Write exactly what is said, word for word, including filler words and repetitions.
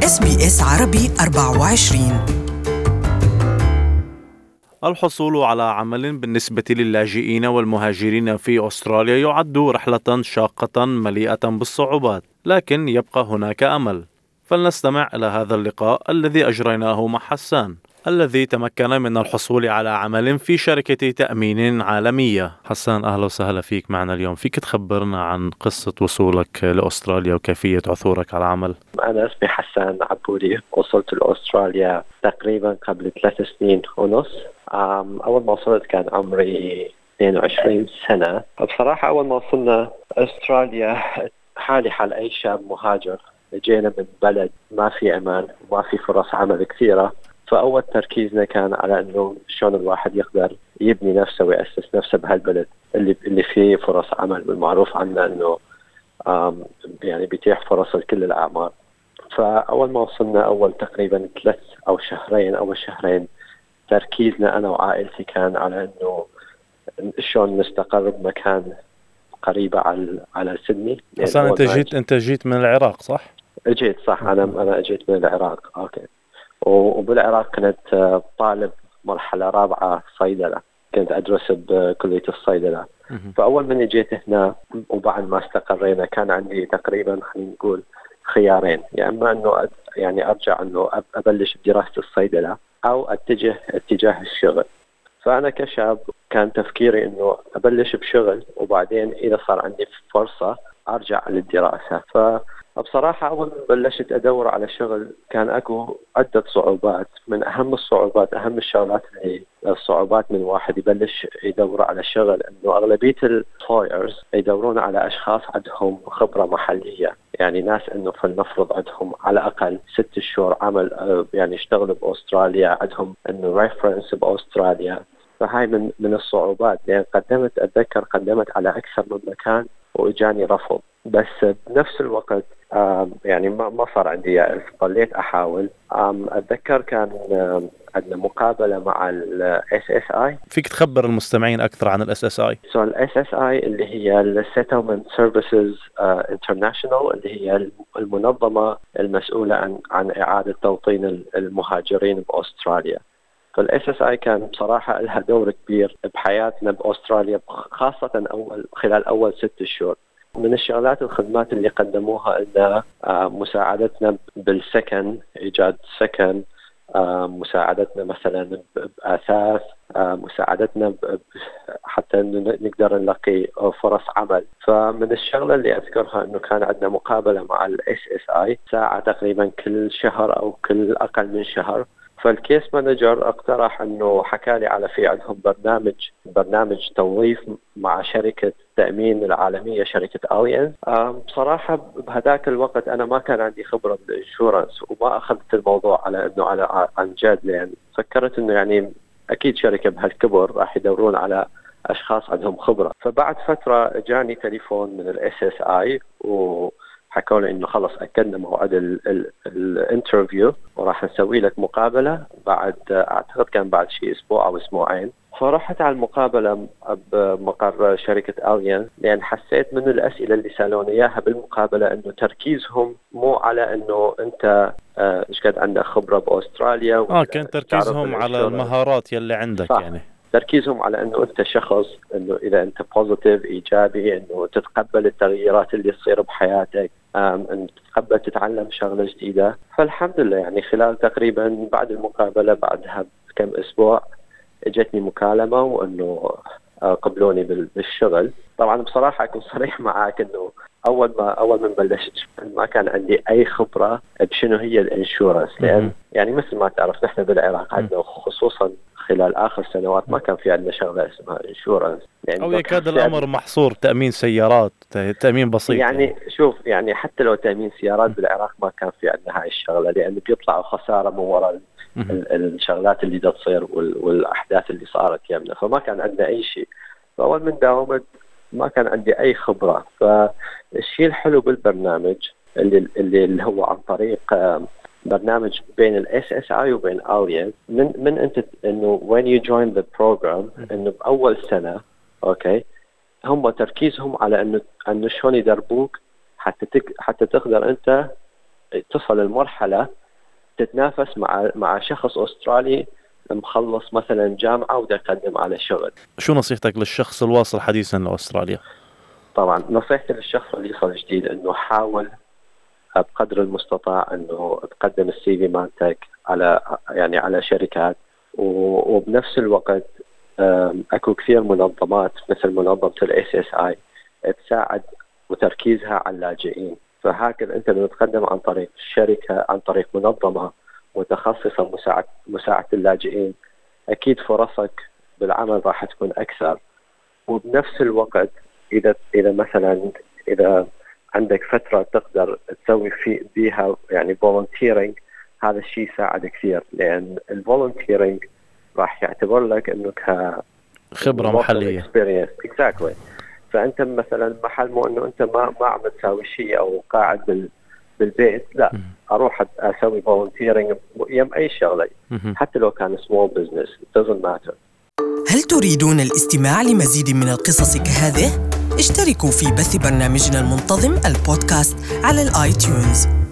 إس بي إس عربي أربعة وعشرين. الحصول على عمل بالنسبة للاجئين والمهاجرين في أستراليا يعد رحلة شاقة مليئة بالصعوبات، لكن يبقى هناك أمل. فلنستمع إلى هذا اللقاء الذي أجريناه مع حسان، الذي تمكن من الحصول على عمل في شركة تأمين عالمية. حسان، أهلا وسهلا فيك معنا اليوم. فيك تخبرنا عن قصة وصولك لأستراليا وكيفية عثورك على عمل؟ أنا اسمي حسان عبودي، وصلت لأستراليا تقريبا قبل ثلاث سنين ونص. أول ما وصلت كان عمري اثنين وعشرين سنة. بصراحة أول ما وصلنا أستراليا حالي حال أي شاب مهاجر، جينا من بلد ما في أمان وما في فرص عمل كثيرة، فأول تركيزنا كان على أنه شلون الواحد يقدر يبني نفسه ويأسس نفسه بهالبلد اللي اللي فيه فرص عمل، والمعروف عنه أنه يعني بيتيح فرص لكل الأعمار. فأول ما وصلنا أول تقريبا ثلاث أو شهرين أول شهرين تركيزنا أنا وعائلتي كان على أنه شلون نستقر بمكان قريبة على على سيدني. أصلا أنت جيت أنت جيت من العراق صح؟ جيت صح. أنا أنا جيت من العراق. أوكي. وبالعراق كنت طالب مرحلة رابعة صيدلة، كنت أدرس بكلية الصيدلة. فأول من جيت هنا وبعد ما استقرينا كان عندي تقريبا خلينا نقول خيارين، يا يعني إما إنه يعني أرجع إنه أبلش بدراسة الصيدلة أو أتجه اتجاه الشغل. فأنا كشاب كان تفكيري إنه أبلش بشغل وبعدين إذا صار عندي فرصة أرجع للدراسة. فبصراحة أول ما بلشت أدور على شغل كان أكو عدة صعوبات. من أهم الصعوبات أهم الشغلات اللي الصعوبات من واحد يبلش يدور على شغل إنه أغلبية الفايرز يدورون على أشخاص عندهم خبرة محلية، يعني ناس إنه فلنفرض عندهم على الأقل ست شهور عمل، يعني يشتغلوا بأستراليا، عندهم إنه ريفرنس بأستراليا. فهاي من من الصعوبات، لأن يعني قدمت أتذكر قدمت على أكثر من مكان وإجاني رفض، بس بنفس الوقت يعني ما ما صار عندي يأس، ضليت أحاول. أتذكر كان عندنا مقابلة مع ال إس إس آي. فيك تخبر المستمعين أكثر عن ال إس إس آي؟ so ال إس إس آي اللي هي ال Settlement Services International، اللي هي المنظمة المسؤولة عن عن إعادة توطين المهاجرين بأستراليا. فال إس إس آي كان بصراحة لها دور كبير بحياتنا بأستراليا، خاصة أول خلال أول ست شهور. من الشغلات الخدمات اللي قدموها لنا مساعدتنا بالسكن، إيجاد سكن، مساعدتنا مثلا بأثاث، مساعدتنا حتى نقدر نلاقي فرص عمل. فمن الشغلة اللي أذكرها أنه كان عندنا مقابلة مع ال إس إس آي ساعة تقريبا كل شهر أو كل أقل من شهر. فالكيس مانجر اقترح انه حكى لي على في عندهم برنامج برنامج توظيف مع شركة تأمين العالمية، شركة أليانز. بصراحة بهذاك الوقت انا ما كان عندي خبرة بالانشورنس وما اخذت الموضوع على انه على عن جد، لان فكرت انه يعني اكيد شركة بهالكبر راح يدورون على اشخاص عندهم خبرة. فبعد فترة جاني تليفون من ال إس إس آي و حكوا لي انه خلص اكدنا موعد الانترفيو وراح نسوي لك مقابله بعد، اعتقد كان بعد شيء اسبوع او اسبوعين. فرحت على المقابله بمقر شركه أليانز، لان حسيت من الاسئله اللي سالوني اياها بالمقابله انه تركيزهم مو على انه انت ايش قد عندك خبره باستراليا. اه كان تركيزهم على المهارات يلي عندك. صح. يعني تركيزهم على انه انت شخص، انه اذا انت بوزيتيف ايجابي، انه تتقبل التغييرات اللي تصير بحياتك، ان تتقبل تتعلم شغله جديده. فالحمد لله يعني خلال تقريبا بعد المقابله بعدها بكم اسبوع اجتني مكالمه وانه قبلوني بالشغل. طبعا بصراحه اكون صريح معاك انه اول ما اول ما بلشت ما كان عندي اي خبره بشنو هي الانشورنس، لان يعني مثل ما تعرف نحن بالعراق عندنا خصوصا خلال آخر سنوات ما كان في عندنا شغلة اسمها إنشورنس، يعني أو يكاد الأمر محصور. تأمين سيارات، تأمين بسيط يعني, يعني شوف يعني حتى لو تأمين سيارات بالعراق ما كان في عندنا هاي الشغلة، لأنه بيطلعوا خسارة من وراء الشغلات اللي دا تصير والأحداث اللي صارت يمنا. فما كان عندنا أي شيء. فأول من داومت ما كان عندي أي خبرة. فالشيء الحلو بالبرنامج اللي اللي هو عن طريق برنامج بين ال إس إس آي وبين أليانز، من من أنت إنه when you join the program إنه بأول سنة أوكي هم تركيزهم على إنه إنه شلون يدربوك حتى تك حتى تقدر أنت تصل المرحلة تتنافس مع مع شخص أسترالي مخلص مثلا جامعة وده يقدم على شغل. شو نصيحتك للشخص الواصل حديثا لأستراليا؟ طبعا نصيحتي للشخص اللي يصل جديد إنه حاول بقدر المستطاع إنه تقدم السي في مالتك على يعني على شركات، وبنفس الوقت أكو كثير منظمات مثل منظمة ال إس إس آي تساعد وتركيزها على اللاجئين. فهكذا أنت لما تقدم عن طريق شركة عن طريق منظمة متخصصة مساعدة مساعدة اللاجئين أكيد فرصك بالعمل راح تكون أكثر. وبنفس الوقت إذا إذا مثلا إذا عندك فترة تقدر تسوي في بيها يعني volunteering، هذا الشيء يساعد كثير، لأن الvolunteering راح يعتبر لك إنه ك خبرة محلية. experience exactly. فأنت مثلا محل مو إنه أنت ما ما عم تسوي شيء أو قاعد بال بالبيت، لا م. أروح أسوي volunteering يم أي شغلة م. حتى لو كان small business it doesn't matter. هل تريدون الاستماع لمزيد من القصص كهذه؟ اشتركوا في بث برنامجنا المنتظم البودكاست على الآيتيونز.